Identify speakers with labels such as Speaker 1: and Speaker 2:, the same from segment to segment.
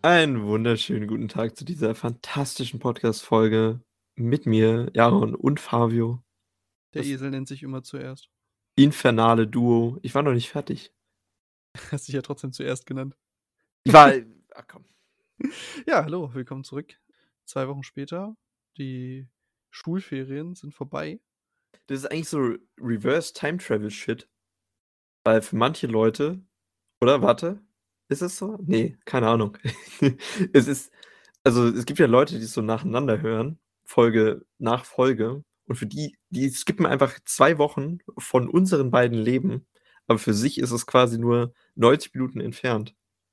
Speaker 1: Einen wunderschönen guten Tag zu dieser fantastischen Podcast-Folge mit mir, Jaron und Fabio.
Speaker 2: Der
Speaker 1: Das
Speaker 2: Esel nennt sich immer zuerst.
Speaker 1: infernale Duo. Ich war noch nicht fertig.
Speaker 2: Hast dich ja trotzdem zuerst genannt.
Speaker 1: Ich war. Ach komm.
Speaker 2: Ja, hallo, willkommen zurück. 2 Wochen später. Die Schulferien sind vorbei.
Speaker 1: Das ist eigentlich so Reverse Time Travel Shit. Weil für manche Leute. Oder? Warte. Ist es so? Nee, keine Ahnung. Es ist. Also, es gibt ja Leute, die es so nacheinander hören. Folge nach Folge. Und für die skippen einfach 2 Wochen von unseren beiden Leben. Aber für sich ist es quasi nur 90 Minuten entfernt.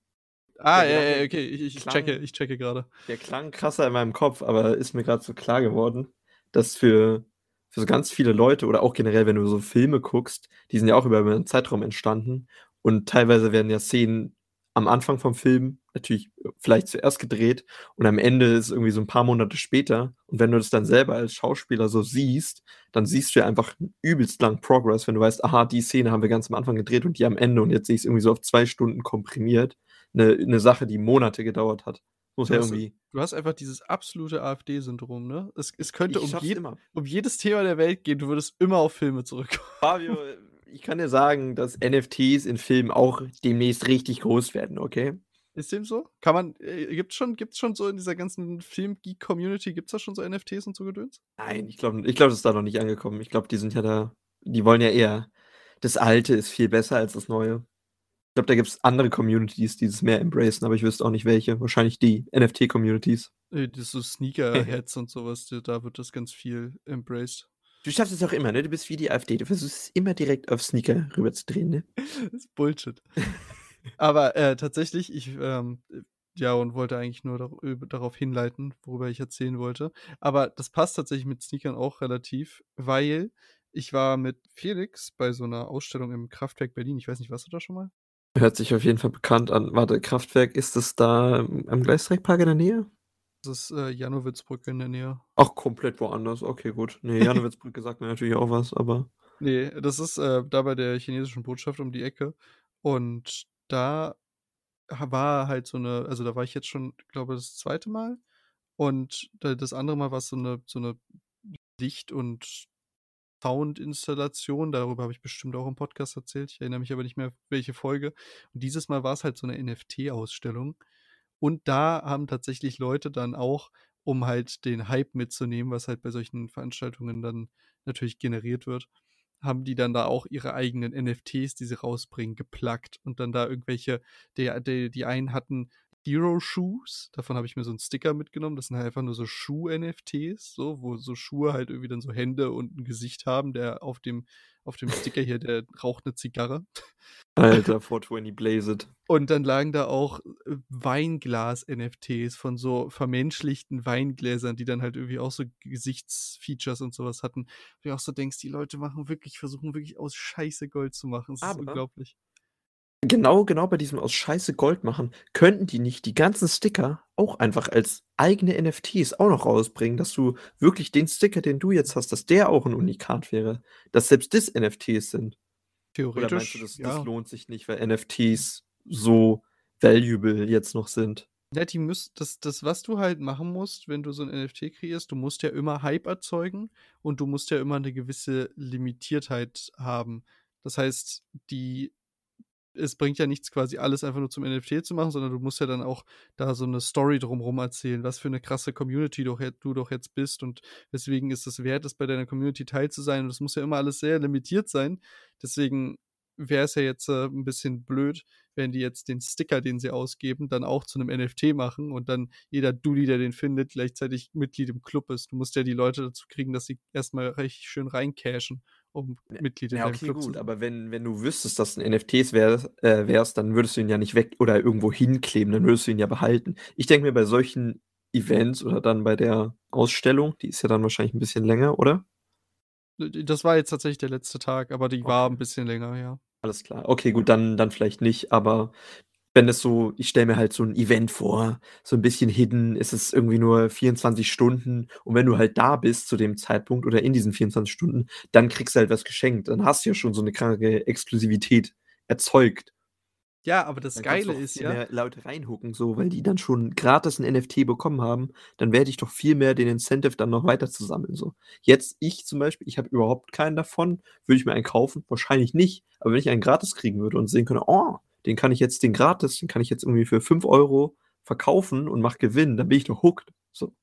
Speaker 1: Der Gedanke
Speaker 2: Okay, ich checke,
Speaker 1: klang,
Speaker 2: ich checke gerade.
Speaker 1: der klang krasser in meinem Kopf, aber ist mir gerade so klar geworden, dass für so ganz viele Leute oder auch generell, wenn du so Filme guckst, die sind ja auch über einen Zeitraum entstanden und teilweise werden ja Szenen am Anfang vom Film natürlich vielleicht zuerst gedreht und am Ende ist irgendwie so ein paar Monate später. Und wenn du das dann selber als Schauspieler so siehst, dann siehst du ja einfach einen übelst langen Progress, wenn du weißt, aha, die Szene haben wir ganz am Anfang gedreht und die am Ende und jetzt sehe ich es irgendwie so auf 2 Stunden komprimiert. Eine Sache, die Monate gedauert hat. Muss
Speaker 2: Du
Speaker 1: ja
Speaker 2: hast,
Speaker 1: irgendwie.
Speaker 2: du hast einfach dieses absolute AfD-Syndrom, ne? Es könnte
Speaker 1: Ich schaff's immer.
Speaker 2: um jedes Thema der Welt gehen, du würdest immer auf Filme zurückkommen.
Speaker 1: Fabio, ich kann dir sagen, dass NFTs in Filmen auch demnächst richtig groß werden, okay?
Speaker 2: Ist dem so? Kann man, gibt's schon so in dieser ganzen Film-Geek-Community, gibt's da schon so NFTs und so Gedöns?
Speaker 1: Nein, ich glaube, das ist da noch nicht angekommen. Ich glaube, die sind ja da. Die wollen ja eher. Das Alte ist viel besser als das Neue. Ich glaube, da gibt es andere Communities, die das mehr embracen, aber ich wüsste auch nicht welche. Wahrscheinlich die NFT-Communities.
Speaker 2: Das so Sneaker-Heads und sowas, da wird das ganz viel embraced.
Speaker 1: Du schaffst es auch immer, ne? Du bist wie die AfD. Du versuchst es immer direkt auf Sneaker rüberzudrehen, ne?
Speaker 2: Das ist Bullshit. Aber tatsächlich, ja, und wollte eigentlich nur darauf hinleiten, worüber ich erzählen wollte. Aber das passt tatsächlich mit Sneakern auch relativ, weil ich war mit Felix bei so einer Ausstellung im Kraftwerk Berlin. Ich weiß nicht, warst du da schon mal?
Speaker 1: Hört sich auf jeden Fall bekannt an. Warte, Kraftwerk, ist das da am Gleisdreieckpark in der Nähe?
Speaker 2: Das ist Jannowitzbrücke in der Nähe.
Speaker 1: Auch komplett woanders. Okay, gut. Nee, Jannowitzbrücke sagt mir natürlich auch was, aber.
Speaker 2: Nee, das ist da bei der chinesischen Botschaft um die Ecke. Und da war halt so eine, also da war ich jetzt schon, glaube das zweite Mal. Und das andere Mal war es so eine Licht- und Soundinstallation. Darüber habe ich bestimmt auch im Podcast erzählt. Ich erinnere mich aber nicht mehr, welche Folge. Und dieses Mal war es halt so eine NFT-Ausstellung. Und da haben tatsächlich Leute dann auch, um halt den Hype mitzunehmen, was halt bei solchen Veranstaltungen dann natürlich generiert wird, haben die dann da auch ihre eigenen NFTs, die sie rausbringen, gepluggt und dann da irgendwelche, die einen hatten Hero Shoes, davon habe ich mir so einen Sticker mitgenommen, das sind halt einfach nur so Schuh-NFTs, so, wo so Schuhe halt irgendwie dann so Hände und ein Gesicht haben, auf dem Sticker hier, der raucht eine Zigarre.
Speaker 1: Alter, 420 Blazed.
Speaker 2: Und dann lagen da auch Weinglas-NFTs von so vermenschlichten Weingläsern, die dann halt irgendwie auch so Gesichtsfeatures und sowas hatten. Wo du auch so denkst, die Leute versuchen wirklich aus Scheiße Gold zu machen. Es ist
Speaker 1: Aber
Speaker 2: unglaublich.
Speaker 1: genau bei diesem aus Scheiße Gold machen, könnten die nicht die ganzen Sticker auch einfach als eigene NFTs auch noch rausbringen, dass du wirklich den Sticker, den du jetzt hast, dass der auch ein Unikat wäre, dass selbst das NFTs sind. Oder meinst du,
Speaker 2: Theoretisch,
Speaker 1: das
Speaker 2: ja.
Speaker 1: lohnt sich nicht, weil NFTs so valuable jetzt noch sind?
Speaker 2: Ja, was du halt machen musst, wenn du so ein NFT kreierst, du musst ja immer Hype erzeugen und du musst ja immer eine gewisse Limitiertheit haben. Das heißt, es bringt ja nichts, quasi alles einfach nur zum NFT zu machen, sondern du musst ja dann auch da so eine Story drumherum erzählen, was für eine krasse Community du doch jetzt bist und weswegen ist es wert, es bei deiner Community teil zu sein. Und das muss ja immer alles sehr limitiert sein. Deswegen wäre es ja jetzt 'n bisschen blöd, wenn die jetzt den Sticker, den sie ausgeben, dann auch zu einem NFT machen und dann jeder Dulli, der den findet, gleichzeitig Mitglied im Club ist. Du musst ja die Leute dazu kriegen, dass sie erstmal richtig schön reincashen, um Mitglied in
Speaker 1: Ja,
Speaker 2: deinem
Speaker 1: okay,
Speaker 2: Club zu
Speaker 1: gut,
Speaker 2: sein.
Speaker 1: aber wenn du wüsstest, dass ein NFTs wärst, dann würdest du ihn ja nicht weg oder irgendwo hinkleben, dann würdest du ihn ja behalten. Ich denke mir bei solchen Events oder dann bei der Ausstellung, die ist ja dann wahrscheinlich ein bisschen länger, oder?
Speaker 2: Das war jetzt tatsächlich der letzte Tag, aber die war
Speaker 1: Okay,
Speaker 2: 'n bisschen länger, ja.
Speaker 1: alles klar. Okay, gut, dann vielleicht nicht, aber wenn es so, ich stelle mir halt so ein Event vor, so ein bisschen hidden, ist es irgendwie nur 24 Stunden und wenn du halt da bist zu dem Zeitpunkt oder in diesen 24 Stunden, dann kriegst du halt was geschenkt. Dann hast du ja schon so eine kranke Exklusivität erzeugt.
Speaker 2: Ja, aber das
Speaker 1: Dann kannst du
Speaker 2: Geile
Speaker 1: doch
Speaker 2: ist
Speaker 1: viel
Speaker 2: ja
Speaker 1: mehr Leute reinhucken, so, weil die dann schon gratis 'n NFT bekommen haben, dann werde ich doch viel mehr den Incentive dann noch weiter zu sammeln, so. Jetzt ich zum Beispiel, ich habe überhaupt keinen davon. Würde ich mir einen kaufen? Wahrscheinlich nicht. Aber wenn ich einen gratis kriegen würde und sehen könnte: „Oh, den kann ich jetzt irgendwie für 5 € verkaufen und mache Gewinn“, dann bin ich doch hooked, so.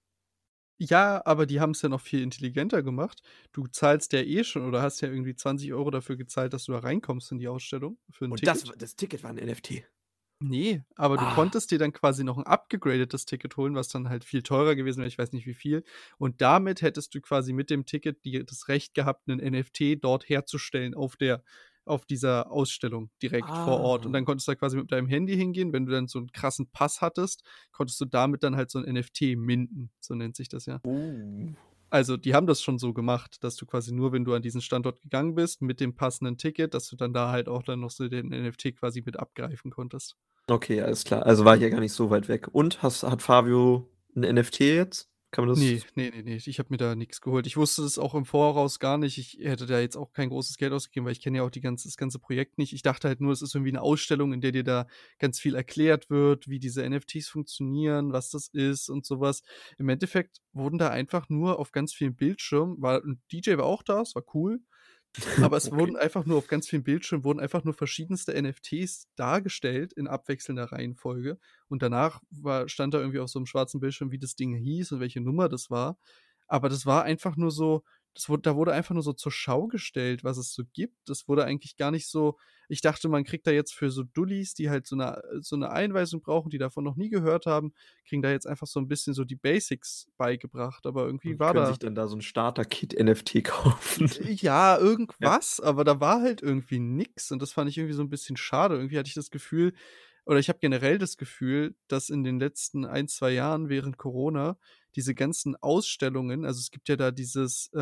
Speaker 2: ja, aber die haben's ja noch viel intelligenter gemacht. Du zahlst ja eh schon oder hast ja irgendwie 20 € dafür gezahlt, dass du da reinkommst in die Ausstellung für 'n
Speaker 1: Und
Speaker 2: Ticket.
Speaker 1: das Ticket war 'n NFT.
Speaker 2: Ne, aber du
Speaker 1: Ah.
Speaker 2: konntest dir dann quasi noch 'n abgegradetes Ticket holen, was dann halt viel teurer gewesen wäre, ich weiß nicht wie viel. Und damit hättest du quasi mit dem Ticket das Recht gehabt, 'nen NFT dort herzustellen auf dieser Ausstellung direkt vor Ort. Und dann
Speaker 1: Ah.
Speaker 2: konntest du da quasi mit deinem Handy hingehen. Wenn du dann so 'n krassen Pass hattest, konntest du damit dann halt so 'n NFT minten, so nennt sich das ja.
Speaker 1: Uh.
Speaker 2: Also, die haben das schon so gemacht, dass du quasi nur, wenn du an diesen Standort gegangen bist mit dem passenden Ticket, dass du dann da halt auch dann noch so den NFT quasi mit abgreifen konntest.
Speaker 1: Okay, alles klar. Also war ich ja gar nicht so weit weg. Und hat Fabio 'n NFT jetzt? Kann man
Speaker 2: Ne,
Speaker 1: das
Speaker 2: ne, ne, ne, ich habe mir da nix geholt. Ich wusste das auch im Voraus gar nicht. Ich hätte da jetzt auch kein großes Geld ausgegeben, weil ich kenne ja auch das ganze Projekt nicht. Ich dachte halt nur, es ist irgendwie 'ne Ausstellung, in der dir da ganz viel erklärt wird, wie diese NFTs funktionieren, was das ist und so was. Im Endeffekt wurden da einfach nur auf ganz vielen Bildschirmen 'n DJ war auch da, es war cool. Aber es
Speaker 1: Okay.
Speaker 2: wurden einfach nur auf ganz vielen Bildschirmen wurden einfach nur verschiedenste NFTs dargestellt in abwechselnder Reihenfolge. Und danach stand da irgendwie auf so 'nem schwarzen Bildschirm, wie das Ding hieß und welche Nummer das war. Aber das war einfach nur so da wurde einfach nur so zur Schau gestellt, was es so gibt. Das wurde eigentlich gar nicht so ich dachte, man kriegt da jetzt für so Dullis, die halt so 'ne Einweisung brauchen, die davon noch nie gehört haben, kriegen da jetzt einfach so 'n bisschen so die Basics beigebracht. Aber irgendwie
Speaker 1: Und
Speaker 2: war
Speaker 1: können
Speaker 2: da
Speaker 1: sich dann da so 'n Starter-Kit-NFT kaufen.
Speaker 2: ja,
Speaker 1: Ja.
Speaker 2: irgendwas, aber da war halt irgendwie nix und das fand ich irgendwie so 'n bisschen schade. Irgendwie hatte ich das Gefühl oder ich habe generell das Gefühl, dass in den letzten 1, 2 Jahren während Corona diese ganzen Ausstellungen es gibt ja da dieses,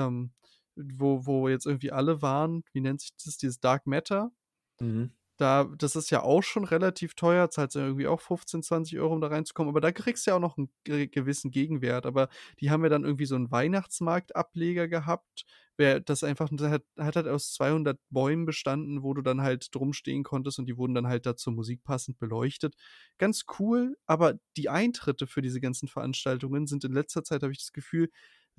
Speaker 2: wo jetzt irgendwie alle waren, wie nennt sich das, dieses Dark Matter?
Speaker 1: Mhm.
Speaker 2: Das ist ja auch schon relativ teuer, zahlst ja irgendwie auch 15, 20 €, um da reinzukommen, aber da kriegst du ja auch noch 'n gewissen Gegenwert. Aber die haben ja dann irgendwie so 'n Weihnachtsmarktableger gehabt, das einfach hat halt aus 200 Bäumen bestanden, wo du dann halt drum stehen konntest und die wurden dann halt da zur Musik passend beleuchtet. Ganz cool, aber die Eintritte für diese ganzen Veranstaltungen sind in letzter Zeit, habe ich das Gefühl,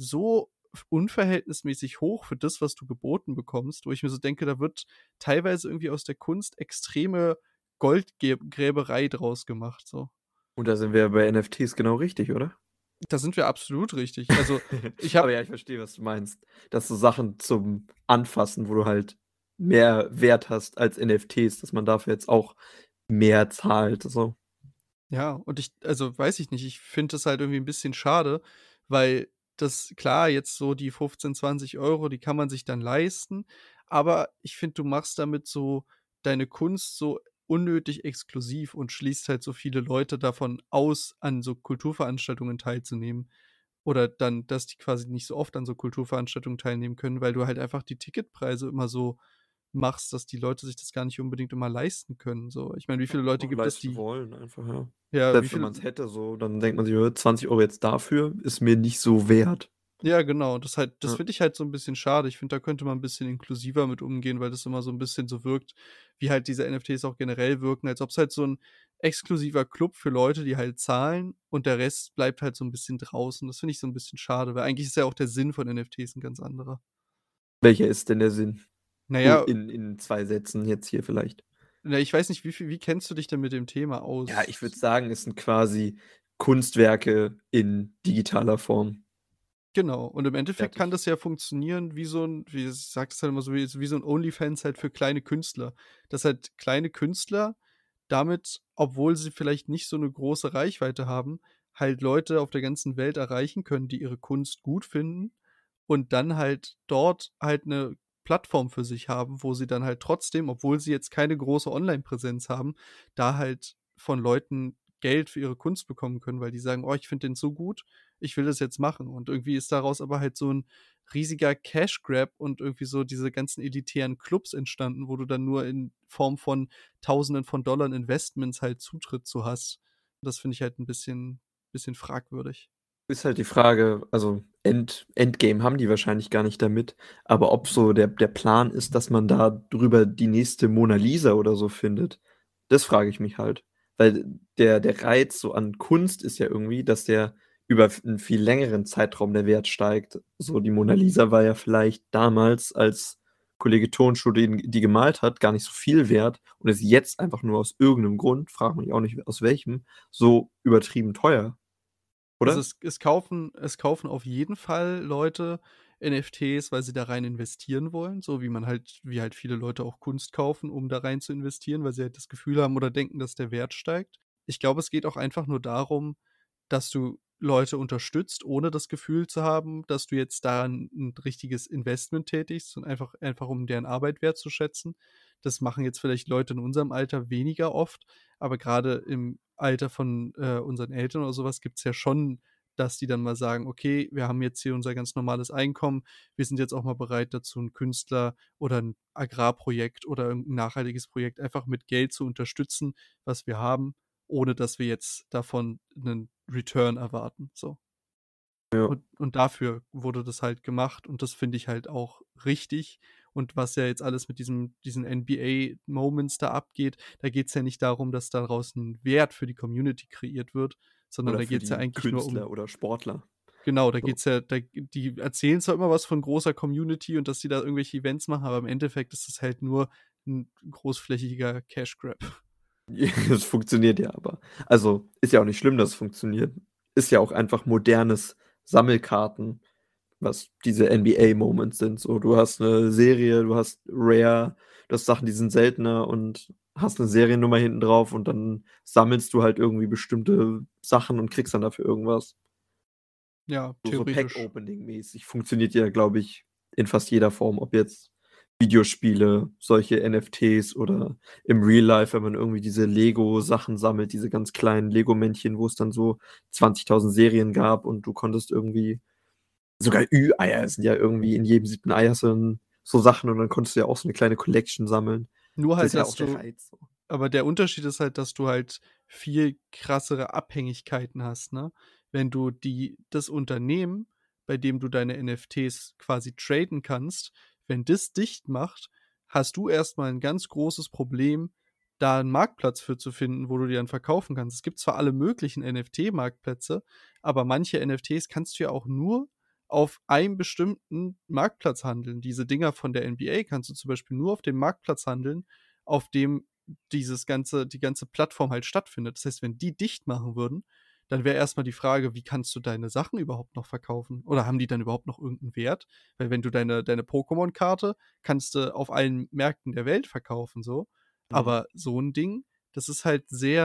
Speaker 2: so unverhältnismäßig hoch für das, was du geboten bekommst, wo ich mir so denke, da wird teilweise irgendwie aus der Kunst extreme Goldgräberei draus gemacht, so.
Speaker 1: Und da sind wir ja bei NFTs genau richtig, oder?
Speaker 2: Da sind wir absolut richtig. Also, ich habe
Speaker 1: Aber ja, ich verstehe, was du meinst. Dass so Sachen zum Anfassen, wo du halt mehr Wert hast als NFTs, dass man dafür jetzt auch mehr zahlt, so.
Speaker 2: ja, und weiß ich nicht, ich finde das halt irgendwie 'n bisschen schade, weil das klar, jetzt so die 15, 20 €, die kann man sich dann leisten, aber ich finde, du machst damit so deine Kunst so unnötig exklusiv und schließt halt so viele Leute davon aus, an so Kulturveranstaltungen teilzunehmen. Oder dann, dass die quasi nicht so oft an so Kulturveranstaltungen teilnehmen können, weil du halt einfach die Ticketpreise immer so machst, dass die Leute sich das gar nicht unbedingt immer leisten können, so. Ich meine, wie viele Leute
Speaker 1: Auch
Speaker 2: gibt es,
Speaker 1: leisten
Speaker 2: die
Speaker 1: wollen einfach, ja.
Speaker 2: ja, wie
Speaker 1: Selbst wenn
Speaker 2: viele
Speaker 1: man's hätte so, dann denkt man sich: 20 € jetzt dafür ist mir nicht so wert.“
Speaker 2: ja, genau, das
Speaker 1: Ja.
Speaker 2: finde ich halt so 'n bisschen schade. Ich finde, da könnte man 'n bisschen inklusiver mit umgehen, weil das immer so 'n bisschen so wirkt, wie halt diese NFTs auch generell wirken, als ob's halt so 'n exklusiver Club für Leute, die halt zahlen und der Rest bleibt halt so 'n bisschen draußen. Das finde ich so 'n bisschen schade, weil eigentlich ist ja auch der Sinn von NFTs 'n ganz anderer.
Speaker 1: Welcher ist denn der Sinn?
Speaker 2: Na
Speaker 1: So
Speaker 2: ja,
Speaker 1: in 2 Sätzen jetzt hier vielleicht.
Speaker 2: ich weiß nicht, wie kennst du dich denn mit dem Thema
Speaker 1: Ja, ich
Speaker 2: aus?
Speaker 1: würde sagen, es sind quasi Kunstwerke in digitaler Form.
Speaker 2: Genau. Und im Endeffekt kann
Speaker 1: Fertig.
Speaker 2: das ja funktionieren wie so 'n wie ich sage das halt immer so, wie so 'n OnlyFans halt für kleine Künstler. Dass halt kleine Künstler damit, obwohl sie vielleicht nicht so 'ne große Reichweite haben, halt Leute auf der ganzen Welt erreichen können, die ihre Kunst gut finden und dann halt dort halt 'ne Plattform für sich haben, wo sie dann halt trotzdem, obwohl sie jetzt keine große Onlinepräsenz haben, da halt von Leuten Geld für ihre Kunst bekommen können, weil die sagen: „Oh, ich finde den so gut, ich will das jetzt machen.“ Und irgendwie ist daraus aber halt so 'n riesiger Cash Grab und irgendwie so diese ganzen elitären Clubs entstanden, wo du dann nur in Form von Tausenden von Dollar Investments halt Zutritt zu hast. Das finde ich halt 'n bisschen fragwürdig.
Speaker 1: Ist halt die Frage, also Endgame haben die wahrscheinlich gar nicht damit, aber ob so der Plan ist, dass man da drüber die nächste Mona Lisa oder so findet. Das frage ich mich halt. Weil der Reiz so an Kunst ist ja irgendwie, dass der über einen viel längeren Zeitraum der Wert steigt. So die Mona Lisa war ja vielleicht damals, als Kollege Tonschuh die gemalt hat, gar nicht so viel wert und ist jetzt einfach nur aus irgendeinem Grund, frage mich auch nicht aus welchem, so übertrieben teuer,
Speaker 2: Also,
Speaker 1: oder?
Speaker 2: es kaufen auf jeden Fall Leute NFTs, weil sie da rein investieren wollen, so wie halt viele Leute auch Kunst kaufen, um da rein zu investieren, weil sie halt das Gefühl haben oder denken, dass der Wert steigt. Ich glaube, es geht auch einfach nur darum, dass du Leute unterstützt, ohne das Gefühl zu haben, dass du jetzt da 'n richtiges Investment tätigst und einfach um deren Arbeit wertzuschätzen. Das machen jetzt vielleicht Leute in unserem Alter weniger oft, aber grade im Alter von, unseren Eltern oder so was gibt's ja schon, dass die dann mal sagen: „Okay, wir haben jetzt hier unser ganz normales Einkommen. Wir sind jetzt auch mal bereit dazu, 'n Künstler oder 'n Agrarprojekt oder irgend 'n nachhaltiges Projekt einfach mit Geld zu unterstützen, was wir haben, ohne dass wir jetzt davon 'nen Return erwarten“, so.
Speaker 1: Ja.
Speaker 2: Und dafür wurde das halt gemacht und das finde ich halt auch richtig. Und was ja jetzt alles mit diesen NBA-Moments da abgeht, da geht's ja nicht darum, dass daraus 'n Wert für die Community kreiert wird, sondern
Speaker 1: Oder
Speaker 2: da
Speaker 1: für
Speaker 2: geht's ja
Speaker 1: die
Speaker 2: eigentlich nur um
Speaker 1: Künstler oder Sportler.
Speaker 2: genau, da
Speaker 1: So.
Speaker 2: geht's ja die erzählen zwar immer was von großer Community und dass sie da irgendwelche Events machen, aber im Endeffekt ist es halt nur 'n großflächiger Cash Grab.
Speaker 1: Es funktioniert ja aber. Also, ist ja auch nicht schlimm, dass es funktioniert. Ist ja auch einfach modernes Sammelkarten, was diese NBA-Moments sind. So, du hast 'ne Serie, du hast Rare, du hast Sachen, die sind seltener und hast 'ne Seriennummer hinten drauf und dann sammelst du halt irgendwie bestimmte Sachen und kriegst dann dafür irgendwas.
Speaker 2: Ja,
Speaker 1: So
Speaker 2: theoretisch.
Speaker 1: Pack-Opening-mäßig funktioniert ja, glaube ich, in fast jeder Form, ob jetzt Videospiele, solche NFTs oder im Real Life, wenn man irgendwie diese Lego-Sachen sammelt, diese ganz kleinen Lego-Männchen, wo es dann so 20.000 Serien gab und du konntest irgendwie sogar Ü-Eier sind ja irgendwie in jedem 7. Ei hast du dann so Sachen und dann konntest du ja auch so 'ne kleine Collection sammeln.
Speaker 2: Nur
Speaker 1: Das ist
Speaker 2: halt,
Speaker 1: ja
Speaker 2: dass
Speaker 1: auch der
Speaker 2: du
Speaker 1: Reiz so.
Speaker 2: aber der Unterschied ist halt, dass du halt viel krassere Abhängigkeiten hast, ne? Wenn du das Unternehmen, bei dem du deine NFTs quasi traden kannst, wenn das dicht macht, hast du erst mal 'n ganz großes Problem, da 'n Marktplatz für zu finden, wo du die dann verkaufen kannst. Es gibt zwar alle möglichen NFT-Marktplätze, aber manche NFTs kannst du ja auch nur auf einem bestimmten Marktplatz handeln. Diese Dinger von der NBA kannst du zum Beispiel nur auf dem Marktplatz handeln, auf dem die ganze Plattform halt stattfindet. Das heißt, wenn die dicht machen würden, dann wäre erst mal die Frage: Wie kannst du deine Sachen überhaupt noch verkaufen? Oder haben die dann überhaupt noch irgend 'n Wert? Weil wenn du deine Pokémon-Karte kannst du auf allen Märkten der Welt verkaufen so,
Speaker 1: Mhm.
Speaker 2: aber so 'n Ding, das ist halt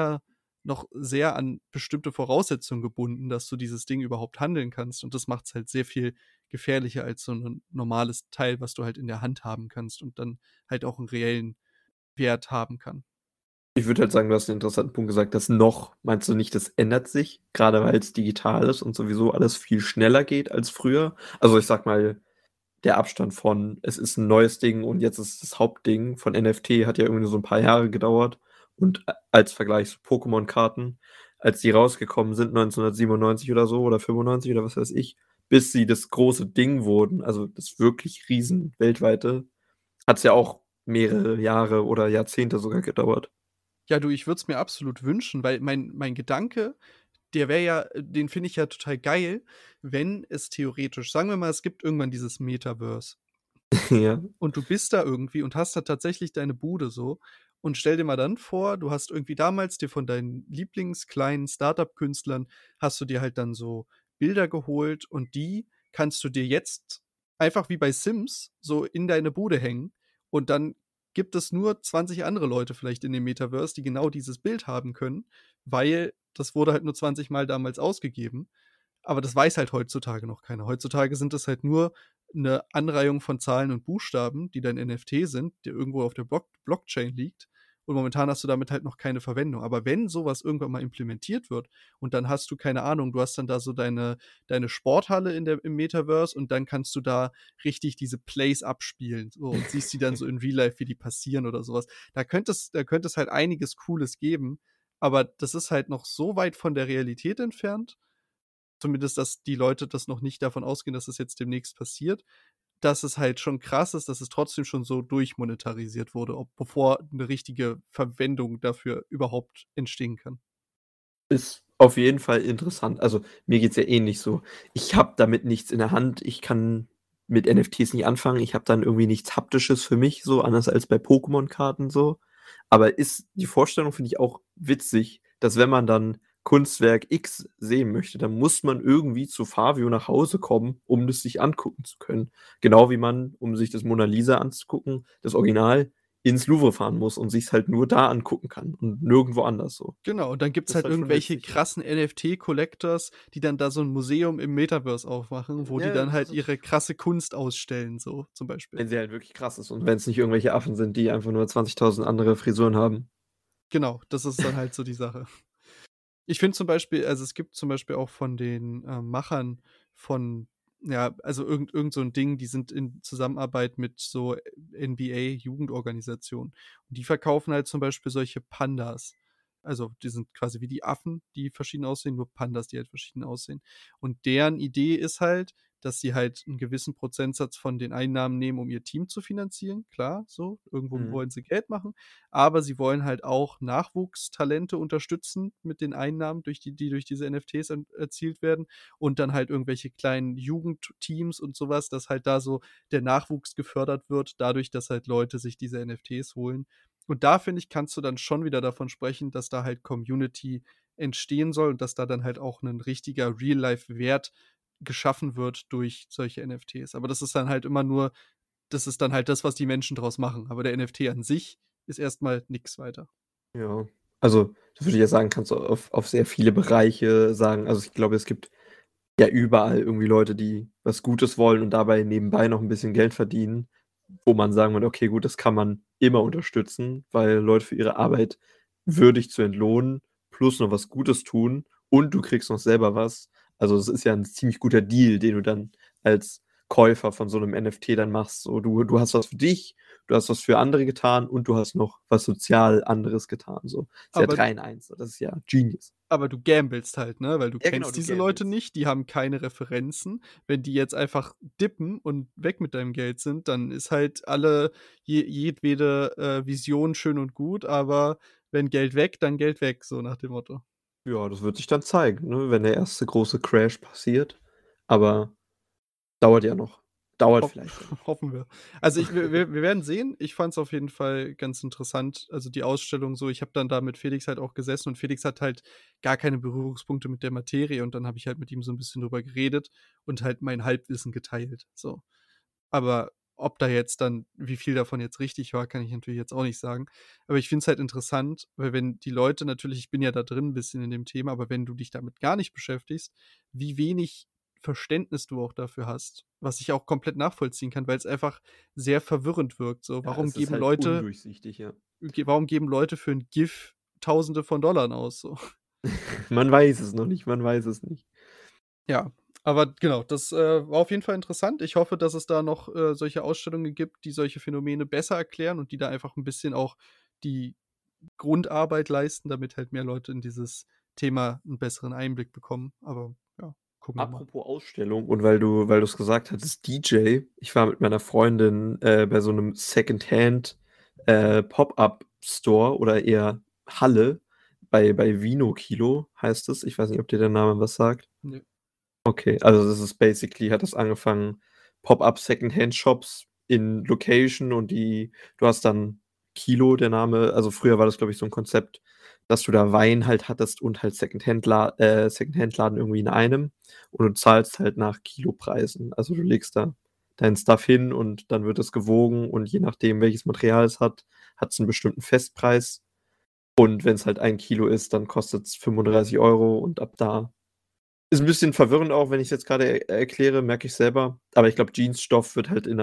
Speaker 2: noch sehr an bestimmte Voraussetzungen gebunden, dass du dieses Ding überhaupt handeln kannst und das macht's halt sehr viel gefährlicher als so 'nen normales Teil, was du halt in der Hand haben kannst und dann halt auch 'n reellen Wert haben kann.
Speaker 1: Ich würde halt sagen, du hast 'n interessanten Punkt gesagt, das noch meinst du nicht, das ändert sich, grade weil's digital ist und sowieso alles viel schneller geht als früher? Also, ich sage mal, der Abstand von es ist 'n neues Ding und jetzt ist es das Hauptding von NFT hat ja irgendwie so 'n paar Jahre gedauert und als Vergleich so Pokémon-Karten, als die rausgekommen sind 1997 oder so oder 95 oder was weiß ich, bis sie das große Ding wurden, also das wirklich riesen weltweite, hat's ja auch mehrere Jahre oder Jahrzehnte sogar gedauert.
Speaker 2: Ja, du, ich würde es mir absolut wünschen, weil mein Gedanke, der wäre ja den finde ich ja total geil, wenn es theoretisch sagen wir mal, es gibt irgendwann dieses Metaverse
Speaker 1: Ja.
Speaker 2: und du bist da irgendwie und hast da tatsächlich deine Bude so und stell dir mal dann vor, du hast irgendwie damals dir von deinen Lieblingskleinen Start-up-Künstlern hast du dir halt dann so Bilder geholt und die kannst du dir jetzt einfach wie bei Sims so in deine Bude hängen und dann gibt es nur 20 andere Leute vielleicht in dem Metaverse, die genau dieses Bild haben können, weil das wurde halt nur 20 Mal damals ausgegeben. Aber das weiß halt heutzutage noch keiner. Heutzutage sind das halt nur 'ne Anreihung von Zahlen und Buchstaben, die dein NFT sind, der irgendwo auf der Blockchain liegt. Und momentan hast du damit halt noch keine Verwendung. Aber wenn so was irgendwann mal implementiert wird und dann hast du, keine Ahnung, du hast dann da so deine Sporthalle im Metaverse und dann kannst du da richtig diese Plays abspielen, so und siehst die dann so in Real Life, wie die passieren oder so was. Da könnte es halt einiges Cooles geben, aber das ist halt noch so weit von der Realität entfernt, zumindest, dass die Leute das noch nicht davon ausgehen, dass das jetzt demnächst passiert. dass es halt schon krass ist, dass es trotzdem schon so durchmonetarisiert wurde, bevor eine richtige Verwendung dafür überhaupt entstehen kann.
Speaker 1: Ist auf jeden Fall interessant. Also, mir geht's ja ähnlich so. Ich habe damit nichts in der Hand. Ich kann mit NFTs nicht anfangen. Ich habe dann irgendwie nichts Haptisches für mich so, anders als bei Pokémon-Karten so. Aber ist die Vorstellung finde ich auch witzig, dass wenn man dann Kunstwerk X sehen möchte, dann muss man irgendwie zu Fabio nach Hause kommen, um das sich angucken zu können. Genau wie man, um sich das Mona Lisa anzugucken, das Original, ins Louvre fahren muss und sich's halt nur da angucken kann und nirgendwo anders so.
Speaker 2: Genau, und dann gibt's
Speaker 1: Das ist
Speaker 2: halt
Speaker 1: halt schon
Speaker 2: irgendwelche
Speaker 1: witzig, ja.
Speaker 2: krassen NFT-Collectors, die dann da so 'n Museum im Metaverse aufmachen, wo die
Speaker 1: Ja,
Speaker 2: dann
Speaker 1: das
Speaker 2: halt
Speaker 1: ist
Speaker 2: ihre krasse Kunst ausstellen, so zum Beispiel.
Speaker 1: wenn sie halt wirklich krass ist und wenn's nicht irgendwelche Affen sind, die einfach nur 20.000 andere Frisuren haben.
Speaker 2: Genau, das ist dann halt so die Sache. Ich finde zum Beispiel, also, es gibt zum Beispiel auch von den, Machern von, ja, also, irgend so 'n Ding, die sind in Zusammenarbeit mit so NBA-Jugendorganisationen. Und die verkaufen halt zum Beispiel solche Pandas. Also, die sind quasi wie die Affen, die verschieden aussehen, nur Pandas, die halt verschieden aussehen. Und deren Idee ist halt, dass sie halt 'n gewissen Prozentsatz von den Einnahmen nehmen, um ihr Team zu finanzieren. Klar, so, irgendwo
Speaker 1: Mhm.
Speaker 2: wollen sie Geld machen, aber sie wollen halt auch Nachwuchstalente unterstützen mit den Einnahmen, die durch diese NFTs erzielt werden, und dann halt irgendwelche kleinen Jugendteams und sowas, dass halt da so der Nachwuchs gefördert wird, dadurch, dass halt Leute sich diese NFTs holen. Und da, finde ich, kannst du dann schon wieder davon sprechen, dass da halt Community entstehen soll und dass da dann halt auch ein richtiger Real-Life-Wert geschaffen wird durch solche NFTs. Aber das ist dann halt immer nur, das ist dann halt das, was die Menschen draus machen. Aber der NFT an sich ist erstmal nix weiter.
Speaker 1: Ja. Also, das würde ich ja sagen, kannst du auf sehr viele Bereiche sagen. Also, ich glaube, es gibt ja überall irgendwie Leute, die was Gutes wollen und dabei nebenbei noch 'n bisschen Geld verdienen, wo man sagen würde: „Okay, gut, das kann man immer unterstützen, weil Leute für ihre Arbeit würdig zu entlohnen, plus noch was Gutes tun und du kriegst noch selber was.“ Also, es ist ja 'n ziemlich guter Deal, den du dann als Käufer von so 'nem NFT dann machst. So, du hast was für dich, du hast was für andere getan und du hast noch was sozial anderes getan so. Ist ja
Speaker 2: Aber
Speaker 1: 3 in 1, so. Das ist ja Genius.
Speaker 2: du gamblest halt, ne, weil du
Speaker 1: Ja, genau,
Speaker 2: kennst
Speaker 1: du
Speaker 2: diese Leute
Speaker 1: gamblest.
Speaker 2: nicht, die haben keine Referenzen. Wenn die jetzt einfach dippen und weg mit deinem Geld sind, dann ist halt jedwede, Vision schön und gut, aber wenn Geld weg, dann Geld weg, so nach dem Motto.
Speaker 1: Ja, das wird sich dann zeigen, ne, wenn der erste große Crash passiert. Aber dauert ja noch. Dauert
Speaker 2: Ho
Speaker 1: vielleicht ja noch.
Speaker 2: Hoffen wir. Also, wir werden sehen. Ich fand es auf jeden Fall ganz interessant, also, die Ausstellung so. Ich habe dann da mit Felix halt auch gesessen und Felix hat halt gar keine Berührungspunkte mit der Materie und dann habe ich halt mit ihm so 'n bisschen drüber geredet und halt mein Halbwissen geteilt, so. Aber ob da jetzt dann, wie viel davon jetzt richtig war, kann ich natürlich jetzt auch nicht sagen. Aber ich finde es halt interessant, weil wenn die Leute natürlich, ich bin ja da drin 'n bisschen in dem Thema, aber wenn du dich damit gar nicht beschäftigst, wie wenig Verständnis du auch dafür hast, was ich auch komplett nachvollziehen kann, weil's einfach sehr verwirrend wirkt, so.
Speaker 1: Ja, es ist halt undurchsichtig, ja.
Speaker 2: Warum geben Leute für 'n GIF Tausende von Dollar aus, so?
Speaker 1: Man weiß es noch nicht, man weiß es nicht.
Speaker 2: Ja, aber genau, das, war auf jeden Fall interessant. Ich hoffe, dass es da noch, solche Ausstellungen gibt, die solche Phänomene besser erklären und die da einfach 'n bisschen auch die Grundarbeit leisten, damit halt mehr Leute in dieses Thema 'n besseren Einblick bekommen. Aber ja, gucken wir mal.
Speaker 1: Apropos Ausstellung und weil du's gesagt hattest, DJ. Ich war mit meiner Freundin, bei so 'nem Secondhand, Pop-up-Store oder eher Halle bei Vinokilo heißt es. Ich weiß nicht, ob dir der Name was sagt?
Speaker 2: Ne.
Speaker 1: Okay, also das ist basically hat das angefangen, Pop-up Secondhand-Shops in Location und du hast dann Kilo, der Name, also früher war das, glaube ich, so 'n Konzept, dass du da Wein halt hattest und halt Secondhand-Laden irgendwie in einem und du zahlst halt nach Kilopreisen. Also, du legst da dein Stuff hin und dann wird es gewogen und je nachdem, welches Material es hat's 'n bestimmten Festpreis und wenn's halt 1 Kilo ist, dann kostet's 35 € und ab da ist 'n bisschen verwirrend auch, wenn ich's jetzt grade erkläre, merke ich selber. Aber ich glaube, Jeansstoff wird halt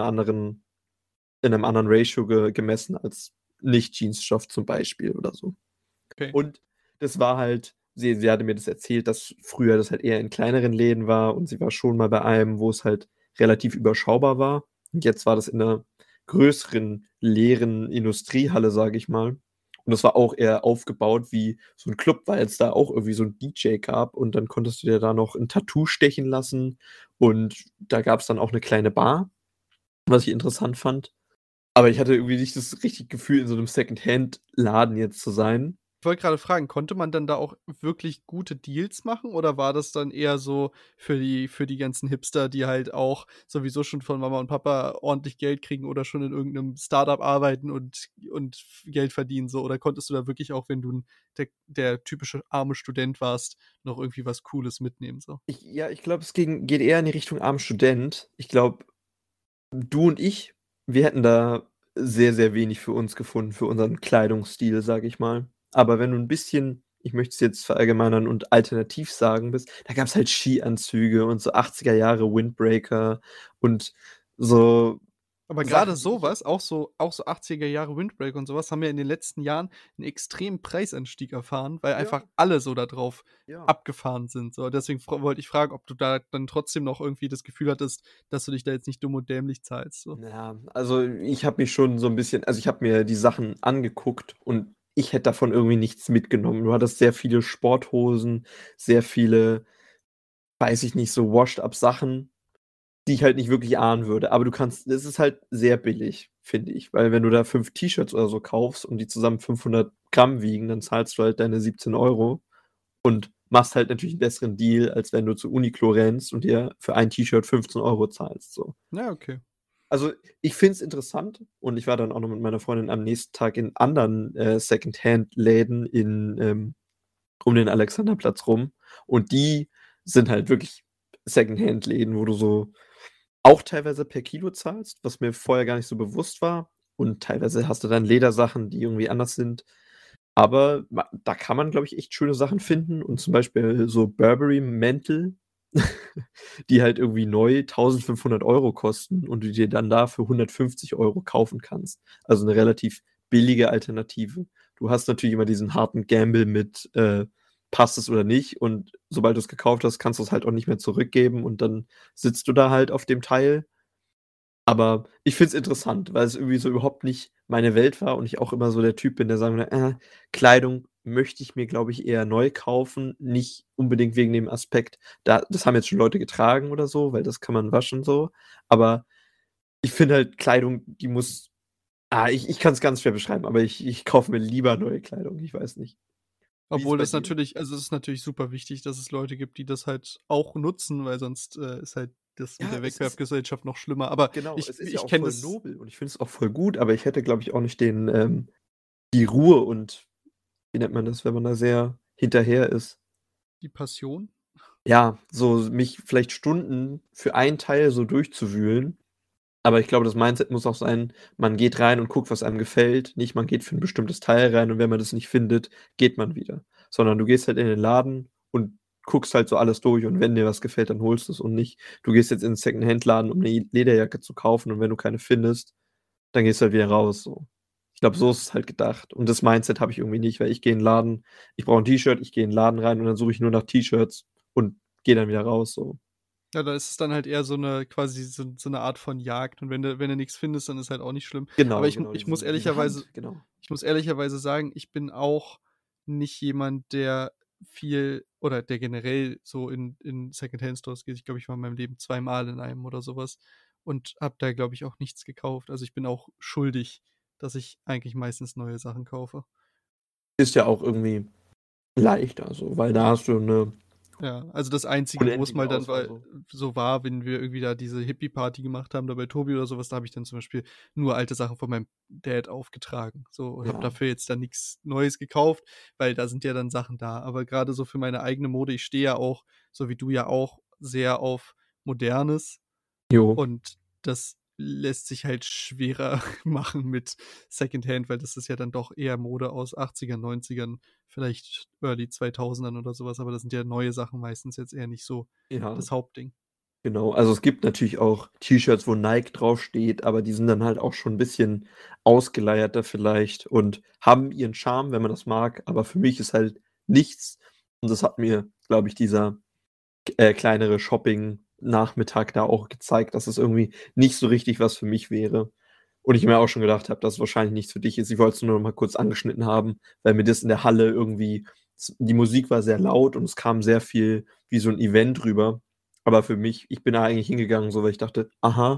Speaker 1: in 'nem anderen Ratio gemessen als Nicht-Jeansstoff zum Beispiel oder so.
Speaker 2: Okay.
Speaker 1: Und das war halt sie hatte mir das erzählt, dass früher das halt eher in kleineren Läden war und sie war schon mal bei einem, wo es halt relativ überschaubar war. Und jetzt war das in 'ner größeren, leeren Industriehalle, sage ich mal. Und das war auch eher aufgebaut wie so 'n Club, weil's da auch irgendwie so 'n DJ gab und dann konntest du dir da noch 'n Tattoo stechen lassen und da gab's dann auch 'ne kleine Bar. was ich interessant fand. Aber ich hatte irgendwie nicht das richtige Gefühl, in so 'nem Secondhand-Laden jetzt zu sein.
Speaker 2: Ich wollte grade fragen, konnte man dann da auch wirklich gute Deals machen oder war das dann eher so für die ganzen Hipster, die halt auch sowieso schon von Mama und Papa ordentlich Geld kriegen oder schon in irgend 'nem Start-up arbeiten und Geld verdienen so? Oder konntest du da wirklich auch, wenn du 'n der typische arme Student warst, noch irgendwie was Cooles mitnehmen so?
Speaker 1: Ich glaube, es geht eher in die Richtung armen Student. Ich glaube, du und ich, wir hätten da sehr, sehr wenig für uns gefunden, für unseren Kleidungsstil, sage ich mal. Aber wenn du 'n bisschen, ich möchte es jetzt verallgemeinern und alternativ sagen bist, da gab's halt Skianzüge und so 80er Jahre Windbreaker und so
Speaker 2: Aber grade
Speaker 1: Sachen, die
Speaker 2: so
Speaker 1: ich
Speaker 2: was, auch so 80er Jahre Windbreaker und so was, haben ja in den letzten Jahren 'n extremen Preisanstieg erfahren, weil
Speaker 1: ja,
Speaker 2: einfach alle so da drauf
Speaker 1: ja.
Speaker 2: abgefahren sind. So, deswegen wollte ich fragen, ob du da dann trotzdem noch irgendwie das Gefühl hattest, dass du dich da jetzt nicht dumm und dämlich zahlst, so.
Speaker 1: Ja, also ich habe mich schon so 'n bisschen, also ich habe mir die Sachen angeguckt und ich hätte davon irgendwie nichts mitgenommen. Du hattest sehr viele Sporthosen, sehr viele, weiß ich nicht, so washed up Sachen, die ich halt nicht wirklich ahnen würde. Aber du kannst, es ist halt sehr billig, finde ich, weil wenn du da 5 T-Shirts oder so kaufst und die zusammen 500 Gramm wiegen, dann zahlst du halt deine 17 € und machst halt natürlich 'n besseren Deal, als wenn du zu Uniqlo rennst und dir für ein T-Shirt 15 € zahlst, so.
Speaker 2: Ja, okay.
Speaker 1: Also, ich finde es interessant und ich war dann auch noch mit meiner Freundin am nächsten Tag in anderen, Secondhand-Läden um den Alexanderplatz rum und die sind halt wirklich Secondhand-Läden, wo du so auch teilweise per Kilo zahlst, was mir vorher gar nicht so bewusst war, und teilweise hast du dann Ledersachen, die irgendwie anders sind. Aber da kann man, glaube ich, echt schöne Sachen finden und zum Beispiel so Burberry-Mäntel, die halt irgendwie neu 1.500 € kosten und du dir dann da für 150 € kaufen kannst. Also 'ne relativ billige Alternative. Du hast natürlich immer diesen harten Gamble mit, passt es oder nicht, und sobald du's gekauft hast, kannst du's halt auch nicht mehr zurückgeben und dann sitzt du da halt auf dem Teil. Aber ich finde es interessant, weil es irgendwie so überhaupt nicht meine Welt war und ich auch immer so der Typ bin, der sagen würde: Kleidung möchte ich mir, glaube ich, eher neu kaufen.“ Nicht unbedingt wegen dem Aspekt, das haben jetzt schon Leute getragen oder so, weil das kann man waschen so. Aber ich finde halt, Kleidung, die muss, ich kann es ganz schwer beschreiben, aber ich kaufe mir lieber neue Kleidung. Ich weiß nicht. Wie ist
Speaker 2: Obwohl
Speaker 1: bei
Speaker 2: das
Speaker 1: dir?
Speaker 2: natürlich also, es ist natürlich super wichtig, dass es Leute gibt, die das halt auch nutzen, weil sonst, ist halt das mit
Speaker 1: Ja,
Speaker 2: der
Speaker 1: es ist
Speaker 2: Wegwerfgesellschaft noch schlimmer. Aber
Speaker 1: genau,
Speaker 2: ich
Speaker 1: es ist ja
Speaker 2: ich
Speaker 1: auch
Speaker 2: kenne
Speaker 1: voll
Speaker 2: das
Speaker 1: nobel und ich finde es auch voll gut, aber ich hätte, glaube ich, auch nicht die Ruhe und, wie nennt man das, wenn man da sehr hinterher ist?
Speaker 2: die Passion.
Speaker 1: Ja, so mich vielleicht Stunden für ein Teil so durchzuwühlen, aber ich glaube, das Mindset muss auch sein, man geht rein und guckt, was einem gefällt, nicht man geht für 'n bestimmtes Teil rein und wenn man das nicht findet, geht man wieder. Sondern du gehst halt in den Laden und guckst halt so alles durch und wenn dir was gefällt, dann holst du's und nicht, du gehst jetzt in 'n Secondhand-Laden, um 'ne Lederjacke zu kaufen und wenn du keine findest, dann gehst du halt wieder raus so. Ich glaube, so ist es halt gedacht und das Mindset habe ich irgendwie nicht, weil ich gehe in 'n Laden, ich brauche 'n T-Shirt, ich gehe in 'n Laden rein und dann suche ich nur nach T-Shirts und gehe dann wieder raus so.
Speaker 2: Ja, da ist es dann halt eher so 'ne quasi so 'ne Art von Jagd und wenn du nix findest, dann ist halt auch nicht schlimm. Aber
Speaker 1: Genau,
Speaker 2: ich
Speaker 1: genau,
Speaker 2: ich muss
Speaker 1: diese
Speaker 2: ehrlicherweise
Speaker 1: Hand, genau.
Speaker 2: ich muss ehrlicherweise sagen, ich bin auch nicht jemand, der viel oder der generell so in Secondhand-Stores geht. Ich glaube, ich war in meinem Leben zweimal in einem oder so was und habe da, glaube ich, auch nichts gekauft. Also, ich bin auch schuldig, dass ich eigentlich meistens neue Sachen kaufe.
Speaker 1: Ist ja auch irgendwie leichter so, weil da hast du 'ne
Speaker 2: Ja, also das Einzige, wo es
Speaker 1: unendliche
Speaker 2: mal dann
Speaker 1: Auswahl
Speaker 2: war
Speaker 1: so.
Speaker 2: so war, wenn wir irgendwie da diese Hippie-Party gemacht haben, da bei Tobi oder so was, da habe ich dann zum Beispiel nur alte Sachen von meinem Dad aufgetragen, so und habe
Speaker 1: Ja,
Speaker 2: dafür jetzt dann nix Neues gekauft, weil da sind ja dann Sachen da. Aber grade so für meine eigene Mode, ich stehe ja auch, so wie du ja auch, sehr auf Modernes.
Speaker 1: jo.
Speaker 2: Und das lässt sich halt schwerer machen mit Secondhand, weil das ist ja dann doch eher Mode aus 80ern, 90ern, vielleicht Early 2000ern oder so was, aber das sind ja neue Sachen meistens jetzt eher nicht so
Speaker 1: Ja,
Speaker 2: das Hauptding.
Speaker 1: genau. Also, es gibt natürlich auch T-Shirts, wo Nike draufsteht, aber die sind dann halt auch schon 'n bisschen ausgeleierter vielleicht und haben ihren Charme, wenn man das mag, aber für mich ist halt nichts und das hat mir, glaube ich, dieser kleinere Shopping-Nachmittag da auch gezeigt, dass es irgendwie nicht so richtig was für mich wäre. Und ich mir auch schon gedacht habe, dass es wahrscheinlich nichts für dich ist. Ich wollte es nur noch mal kurz angeschnitten haben, weil mir das in der Halle irgendwie, die Musik war sehr laut und es kam sehr viel wie so 'n Event rüber. Aber für mich, ich bin da eigentlich hingegangen, so weil ich dachte: „Aha,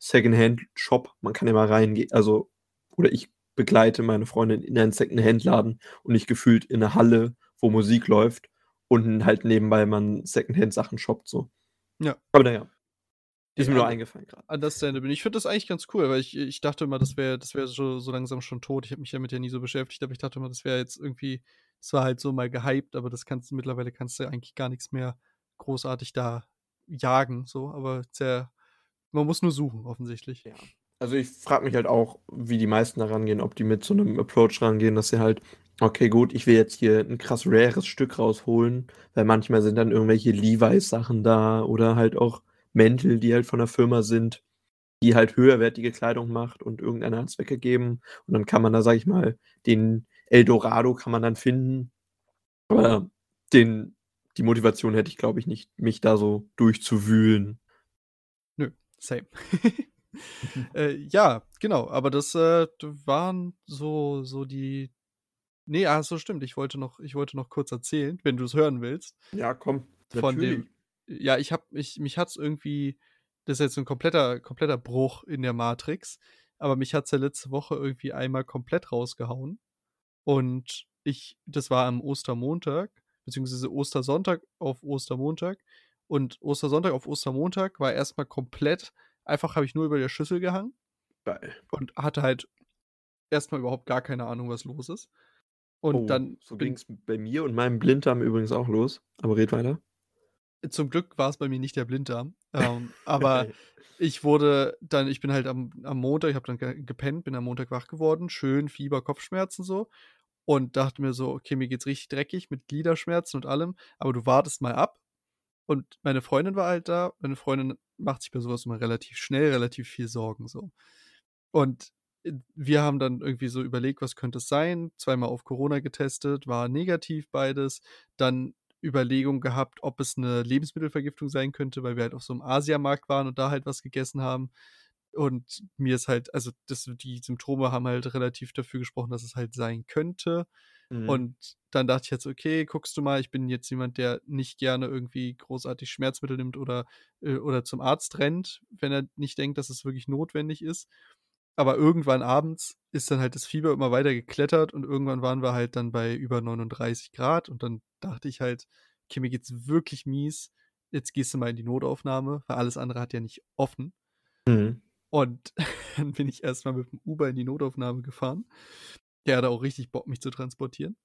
Speaker 1: Secondhand-Shop, man kann immer reingehen, also, oder ich begleite meine Freundin in einen Secondhand-Laden und nicht gefühlt in 'ne Halle, wo Musik läuft und halt nebenbei man Secondhand-Sachen shoppt so.
Speaker 2: Ja.
Speaker 1: Aber na ja, ist mir nur
Speaker 2: Ja,
Speaker 1: eingefallen grad.
Speaker 2: understandable. Ich finde das eigentlich ganz cool, weil ich dachte immer, das wäre so langsam schon tot. Ich habe mich damit ja nie so beschäftigt, aber ich dachte immer, das wäre jetzt irgendwie es war halt so mal gehypt, aber mittlerweile kannst du eigentlich gar nichts mehr großartig da jagen so, aber sehr man muss nur suchen offensichtlich.
Speaker 1: Ja. Also, ich frage mich halt auch, wie die meisten da rangehen, ob die mit so 'nem Approach rangehen, dass sie halt: „Okay, gut, ich will jetzt hier 'n krass rares Stück rausholen“, weil manchmal sind dann irgendwelche Levi's-Sachen da oder halt auch Mäntel, die halt von der Firma sind, die halt höherwertige Kleidung macht und irgendeiner hat's weggegeben und dann kann man da, sage ich mal, den Eldorado kann man dann finden, aber die Motivation hätte ich, glaube ich, nicht, mich da so durchzuwühlen.
Speaker 2: Nö, same. Ja, genau, aber das, waren so die ne, ach so, stimmt, ich wollte noch kurz erzählen, wenn du's hören willst,
Speaker 1: Ja, komm,
Speaker 2: von
Speaker 1: natürlich.
Speaker 2: dem ja, mich hat's irgendwie das ist jetzt so 'n kompletter Bruch in der Matrix, aber mich hat's ja letzte Woche irgendwie einmal komplett rausgehauen und das war am Ostermontag, beziehungsweise Ostersonntag auf Ostermontag und Ostersonntag auf Ostermontag war erst mal komplett einfach habe ich nur über der Schüssel gehangen
Speaker 1: Geil.
Speaker 2: und hatte halt erst mal überhaupt gar keine Ahnung, was los ist. Und
Speaker 1: Oh,
Speaker 2: dann
Speaker 1: so
Speaker 2: bin
Speaker 1: ging's bei mir und meinem Blinddarm übrigens auch los, aber red weiter.
Speaker 2: zum Glück war's bei mir nicht der Blinddarm, aber ich bin halt am Montag ich habe dann gepennt, bin am Montag wach geworden, schön Fieber, Kopfschmerzen so und dachte mir so: „Okay, mir geht's richtig dreckig mit Gliederschmerzen und allem, aber du wartest mal ab.“ Und meine Freundin war halt da. Meine Freundin macht sich bei so was immer relativ schnell relativ viel Sorgen so. Und, wir haben dann irgendwie so überlegt, was könnte es sein? Zweimal auf Corona getestet, war negativ beides. Dann Überlegung gehabt, ob es 'ne Lebensmittelvergiftung sein könnte, weil wir halt auf so 'm Asiamarkt waren und da halt was gegessen haben. Und mir ist halt also, die Symptome haben halt relativ dafür gesprochen, dass es halt sein könnte.
Speaker 1: Mhm.
Speaker 2: Und dann dachte ich jetzt: „Okay, guckst du mal, ich bin jetzt jemand, der nicht gerne irgendwie großartig Schmerzmittel nimmt oder zum Arzt rennt, wenn er nicht denkt, dass es wirklich notwendig ist.“ Aber irgendwann abends ist dann halt das Fieber immer weiter geklettert und irgendwann waren wir halt dann bei über 39 Grad und dann dachte ich halt: „Okay, mir geht's wirklich mies. Jetzt gehst du mal in die Notaufnahme“, weil alles andere hat ja nicht offen.
Speaker 1: Mhm.
Speaker 2: Und dann bin ich erst mal mit dem Uber in die Notaufnahme gefahren. Der hatte auch richtig Bock, mich zu transportieren.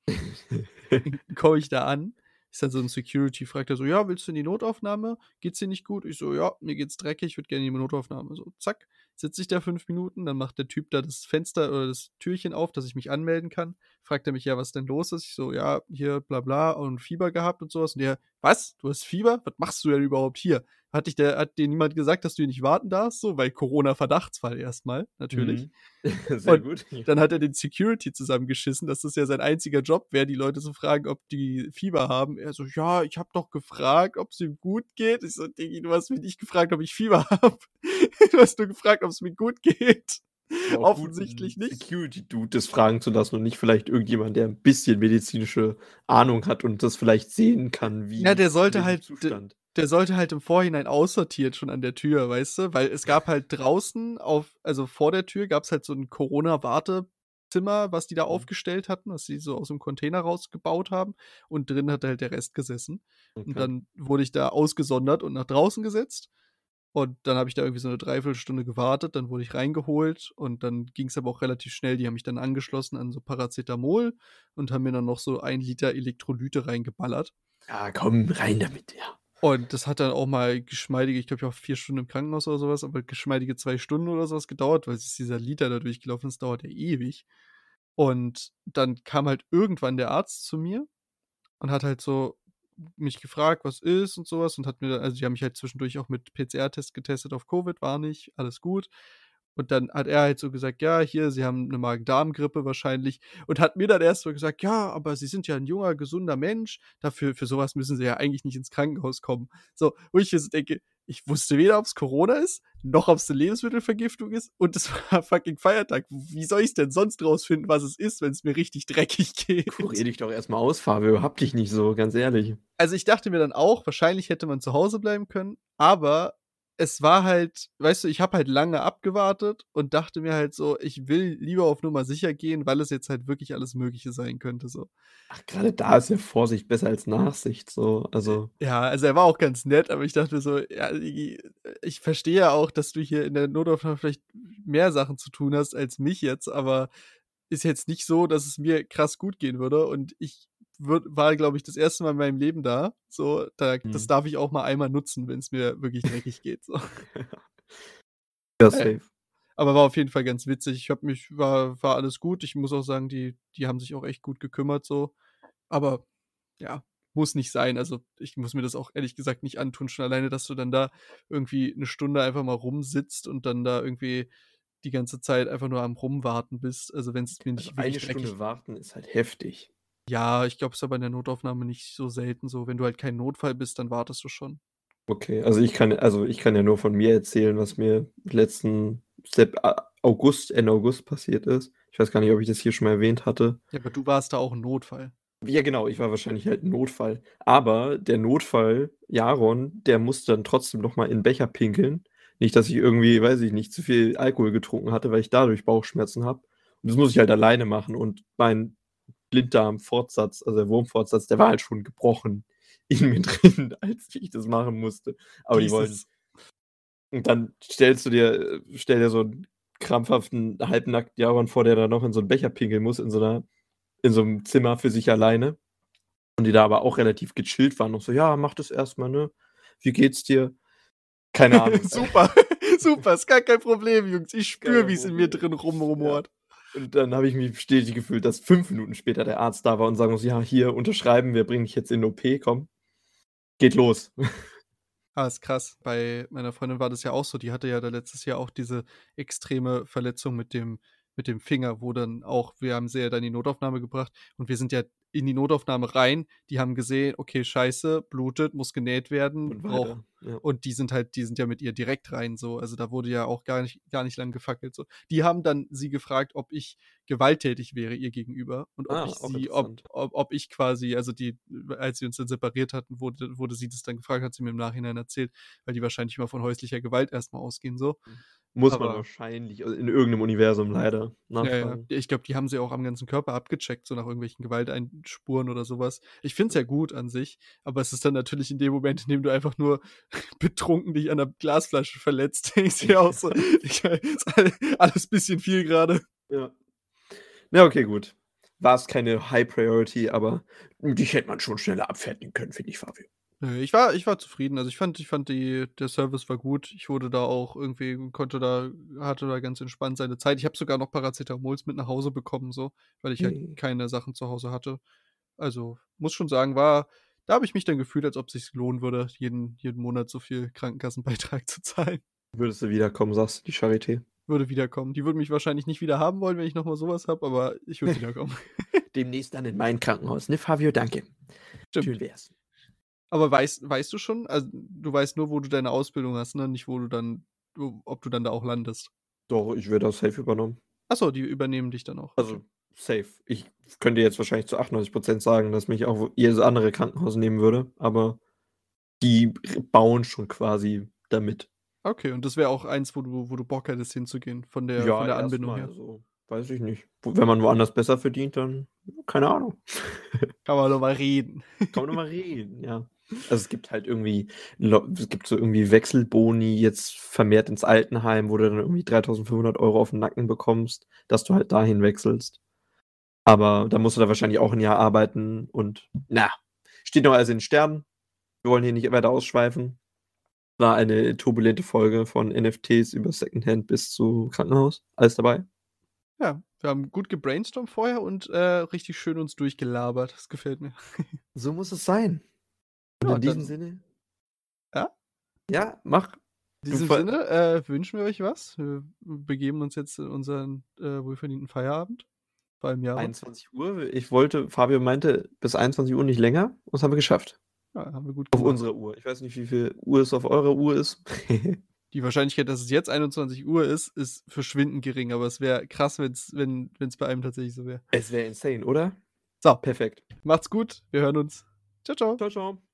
Speaker 2: Komme ich da an, ist dann so 'n Security, fragt er so: „Ja, willst du in die Notaufnahme? Geht's dir nicht gut?“ Ich so: „Ja, mir geht's dreckig, ich würde gerne in die Notaufnahme.“ So, zack, sitze ich da 5 Minuten, dann macht der Typ da das Fenster oder das Türchen auf, dass ich mich anmelden kann. Fragt er mich: „Ja, was denn los ist?“ Ich so: „Ja, hier bla bla und Fieber gehabt und so was.“ Und der: „Was? Du hast Fieber? Was machst du denn überhaupt hier? Hat dir niemand gesagt, dass du hier nicht warten darfst?“ So, weil Corona-Verdachtsfall erst mal, natürlich.
Speaker 1: Mhm. Sehr
Speaker 2: Und
Speaker 1: gut.
Speaker 2: dann hat er den Security zusammengeschissen, dass das ja sein einziger Job wäre, die Leute zu fragen, ob die Fieber haben. Er so: „Ja, ich habe doch gefragt, ob's ihm gut geht.“ Ich so: „Diggi, du hast mich nicht gefragt, ob ich Fieber habe. Du hast nur gefragt, ob's mir gut geht.“
Speaker 1: Aber auch gut, 'n
Speaker 2: Offensichtlich nicht.
Speaker 1: Security-Dude das fragen zu lassen und nicht vielleicht irgendjemand, der 'n bisschen medizinische Ahnung hat und das vielleicht sehen kann,
Speaker 2: Ja,
Speaker 1: wie in welchem Zustand.
Speaker 2: der sollte halt im Vorhinein aussortiert schon an der Tür, weißt du? Weil es gab halt draußen also vor der Tür gab's halt so 'n Corona-Wartezimmer, was die da
Speaker 1: Mhm.
Speaker 2: aufgestellt hatten, was sie so aus 'm Container rausgebaut haben und drin hat halt der Rest gesessen. Und
Speaker 1: Okay.
Speaker 2: dann wurde ich da ausgesondert und nach draußen gesetzt und dann habe ich da irgendwie so 'ne Dreiviertelstunde gewartet, dann wurde ich reingeholt und dann ging's aber auch relativ schnell. Die haben mich dann angeschlossen an so Paracetamol und haben mir dann noch so 1 Liter Elektrolyte reingeballert.
Speaker 1: Ja, komm, rein damit, ja.
Speaker 2: Und das hat dann auch mal geschmeidige ich glaube, ich war 4 Stunden im Krankenhaus oder so was, aber geschmeidige 2 Stunden oder so was gedauert, weil bis dieser Liter da durchgelaufen ist, dauert ja ewig. Und dann kam halt irgendwann der Arzt zu mir und hat halt so mich gefragt, was ist und so was und hat mir dann also, die haben mich halt zwischendurch auch mit PCR-Test getestet auf Covid, war nicht, alles gut. Und dann hat er halt so gesagt: „Ja, hier, Sie haben 'ne Magen-Darm-Grippe wahrscheinlich“ und hat mir dann erst so gesagt: „Ja, aber Sie sind ja 'n junger, gesunder Mensch. Für so was müssen Sie ja eigentlich nicht ins Krankenhaus kommen.“ So, wo ich mir so denke, ich wusste weder, ob's Corona ist, noch ob's 'ne Lebensmittelvergiftung ist und es war fucking Feiertag. Wie soll ich's denn sonst rausfinden, was es ist, wenn's mir richtig dreckig
Speaker 1: Kurier
Speaker 2: geht?
Speaker 1: dich doch erst mal aus, Fabio, hab dich nicht so, ganz ehrlich.
Speaker 2: Also, ich dachte mir dann auch, wahrscheinlich hätte man zu Hause bleiben können, aber es war halt, weißt du, ich habe halt lange abgewartet und dachte mir halt so, ich will lieber auf Nummer sicher gehen, weil es jetzt halt wirklich alles Mögliche sein könnte so.
Speaker 1: Ach, grade da ist ja Vorsicht besser als Nachsicht so, also
Speaker 2: Ja, also er war auch ganz nett, aber ich dachte mir so: „Ja, Digi, ich verstehe ja auch, dass du hier in der Notaufnahme vielleicht mehr Sachen zu tun hast als mich jetzt, aber ist jetzt nicht so, dass es mir krass gut gehen würde und ich war, glaube ich, das erste Mal in meinem Leben da. So, das
Speaker 1: mhm.
Speaker 2: darf ich auch mal einmal nutzen, wenn's mir wirklich dreckig geht, so.
Speaker 1: Ja,
Speaker 2: Ja, ja.
Speaker 1: safe.
Speaker 2: Aber war auf jeden Fall ganz witzig. Ich habe mich war alles gut. Ich muss auch sagen, die haben sich auch echt gut gekümmert so. Aber ja, muss nicht sein. Also, ich muss mir das auch ehrlich gesagt nicht antun. Schon alleine, dass du dann da irgendwie 'ne Stunde einfach mal rumsitzt und dann da irgendwie die ganze Zeit einfach nur am Rumwarten bist. Also, wenn's mir
Speaker 1: Also
Speaker 2: nicht wirklich
Speaker 1: eine
Speaker 2: dreckig.
Speaker 1: Stunde warten ist halt heftig.
Speaker 2: Ja, ich glaube, ist aber in der Notaufnahme nicht so selten so. Wenn du halt kein Notfall bist, dann wartest du schon.
Speaker 1: Okay, also ich kann ja nur von mir erzählen, was mir letzten Ende August passiert ist. Ich weiß gar nicht, ob ich das hier schon mal erwähnt hatte.
Speaker 2: Ja, aber du warst da auch 'n Notfall.
Speaker 1: Ja, genau, ich war wahrscheinlich halt 'n Notfall. Aber der Notfall, Jaron, der musste dann trotzdem noch mal in 'n Becher pinkeln. Nicht, dass ich irgendwie, weiß ich nicht, zu viel Alkohol getrunken hatte, weil ich dadurch Bauchschmerzen habe. Und das muss ich halt alleine machen und mein Blinddarmfortsatz, also der Wurmfortsatz, der war halt schon gebrochen in mir drin, als ich das machen musste. Aber die wollen
Speaker 2: Jesus.
Speaker 1: und dann stell dir so 'n krampfhaften, halbnackten Jaron vor, der da noch in so 'n Becher pinkeln muss in so 'nem Zimmer für sich alleine. Und die da aber auch relativ gechillt waren und so: „Ja, mach das erst mal, ne? Wie geht's dir?“ Keine Ahnung.
Speaker 2: Super, super, ist gar kein Problem, Jungs. Ich
Speaker 1: Gar
Speaker 2: spüre,
Speaker 1: kein
Speaker 2: wie's in mir
Speaker 1: Problem.
Speaker 2: drin
Speaker 1: Ja.
Speaker 2: rumrumort.
Speaker 1: Und dann habe ich mich bestätigt gefühlt, dass 5 Minuten später der Arzt da war und sagen muss: „Ja, hier unterschreiben, wir bringen dich jetzt in 'ne OP, komm, geht los.“
Speaker 2: Ah, ist krass. Bei meiner Freundin war das ja auch so. Die hatte ja da letztes Jahr auch diese extreme Verletzung mit dem Finger, wo dann auch wir haben sie ja dann in die Notaufnahme gebracht und wir sind ja in die Notaufnahme rein. Die haben gesehen: „Okay, scheiße, blutet, muss genäht werden,
Speaker 1: Und
Speaker 2: braucht“
Speaker 1: weiter, ja.
Speaker 2: und die sind ja mit ihr direkt rein so. Also, da wurde ja auch gar nicht lang gefackelt so. Die haben dann sie gefragt, ob ich gewalttätig wäre ihr gegenüber und ob
Speaker 1: Ah,
Speaker 2: ich
Speaker 1: auch
Speaker 2: sie
Speaker 1: interessant.
Speaker 2: ob ich quasi also, als wir uns dann separiert hatten, wurde sie das dann gefragt, hat sie mir im Nachhinein erzählt, weil die wahrscheinlich immer von häuslicher Gewalt erst mal ausgehen so.
Speaker 1: Muss man
Speaker 2: Aber
Speaker 1: wahrscheinlich, in irgend 'nem Universum leider
Speaker 2: ja, ja.
Speaker 1: nachfragen.
Speaker 2: Ich glaube, die haben sie auch am ganzen Körper abgecheckt, so nach irgendwelchen Gewalteinspuren oder so was. Ich finde es ja gut an sich, aber es ist dann natürlich in dem Moment, in dem du einfach nur betrunken dich an 'ner Glasflasche verletzt, denkst du dir auch so: „Ich ist alles bisschen viel grade.“
Speaker 1: Ja. Ja, okay, gut. War's keine High Priority, aber dich hätte man schon schneller abfertigen können, finde ich, Fabio.
Speaker 2: Nö, ich war zufrieden. Also, ich fand der Service war gut. Ich wurde da auch irgendwie hatte da ganz entspannt seine Zeit. Ich habe sogar noch Paracetamols mit nach Hause bekommen so, weil ich halt
Speaker 1: Mhm.
Speaker 2: keine Sachen zu Hause hatte. Also, muss schon sagen, da habe ich mich dann gefühlt, als ob sich's lohnen würde, jeden Monat so viel Krankenkassenbeitrag zu zahlen.
Speaker 1: Würdest du wiederkommen, sagst du, die Charité?
Speaker 2: Würde wiederkommen. Die würden mich wahrscheinlich nicht wieder haben wollen, wenn ich noch mal so was habe, aber ich würde wiederkommen.
Speaker 1: Demnächst dann in mein Krankenhaus, ne, Fabio? Danke. Schön
Speaker 2: Stimmt.
Speaker 1: wär's.
Speaker 2: Aber weißt du schon? Also, du weißt nur, wo du deine Ausbildung hast, ne? Nicht, ob du dann da auch landest.
Speaker 1: Doch, ich werde das safe übernommen.
Speaker 2: Ach so, die übernehmen dich dann auch, okay.
Speaker 1: Also, safe. Ich könnte jetzt wahrscheinlich zu 98% sagen, dass mich auch jedes andere Krankenhaus nehmen würde, aber die bauen schon quasi damit.
Speaker 2: Okay, und das wäre auch eins, wo du Bock hättest hinzugehen von der
Speaker 1: Ja,
Speaker 2: von der
Speaker 1: erst
Speaker 2: Anbindung
Speaker 1: mal
Speaker 2: her?
Speaker 1: so, weiß ich nicht. Wo wenn man woanders besser verdient, dann keine Ahnung.
Speaker 2: Kann man noch mal reden.
Speaker 1: Kann man noch mal reden, ja. Also, es gibt so irgendwie Wechselboni jetzt vermehrt ins Altenheim, wo du dann irgendwie 3.500 € auf 'n Nacken bekommst, dass du halt dahin wechselst. Aber da musst du da wahrscheinlich auch 'n Jahr arbeiten und na, steht noch alles in den Sternen. Wir wollen hier nicht weiter ausschweifen. War eine turbulente Folge von NFTs über Secondhand bis zu Krankenhaus. Alles dabei.
Speaker 2: Ja, wir haben gut gebrainstormt vorher und, richtig schön uns durchgelabert. Das gefällt mir.
Speaker 1: So muss es sein. Und
Speaker 2: Ja,
Speaker 1: in diesem
Speaker 2: dann
Speaker 1: Sinne
Speaker 2: ja,
Speaker 1: ja, mach.
Speaker 2: in
Speaker 1: Du
Speaker 2: diesem
Speaker 1: voll
Speaker 2: Sinne, wünschen wir euch was. Wir begeben uns jetzt in unseren, wohlverdienten Feierabend, vor allem Jaron.
Speaker 1: 21 Uhr. Ich wollte Fabio meinte bis 21 Uhr nicht länger. Das haben wir geschafft.
Speaker 2: Ja, haben wir gut
Speaker 1: Auf
Speaker 2: gemacht.
Speaker 1: unserer Uhr. Ich weiß nicht, wie viel Uhr es auf eurer Uhr ist.
Speaker 2: Die Wahrscheinlichkeit, dass es jetzt 21 Uhr ist verschwindend gering, aber es wäre krass, wenn's bei einem tatsächlich so wäre.
Speaker 1: Es wäre insane, oder?
Speaker 2: So,
Speaker 1: Perfekt.
Speaker 2: macht's gut, wir hören uns. Tschau, tschau.
Speaker 1: Tschau, tschau.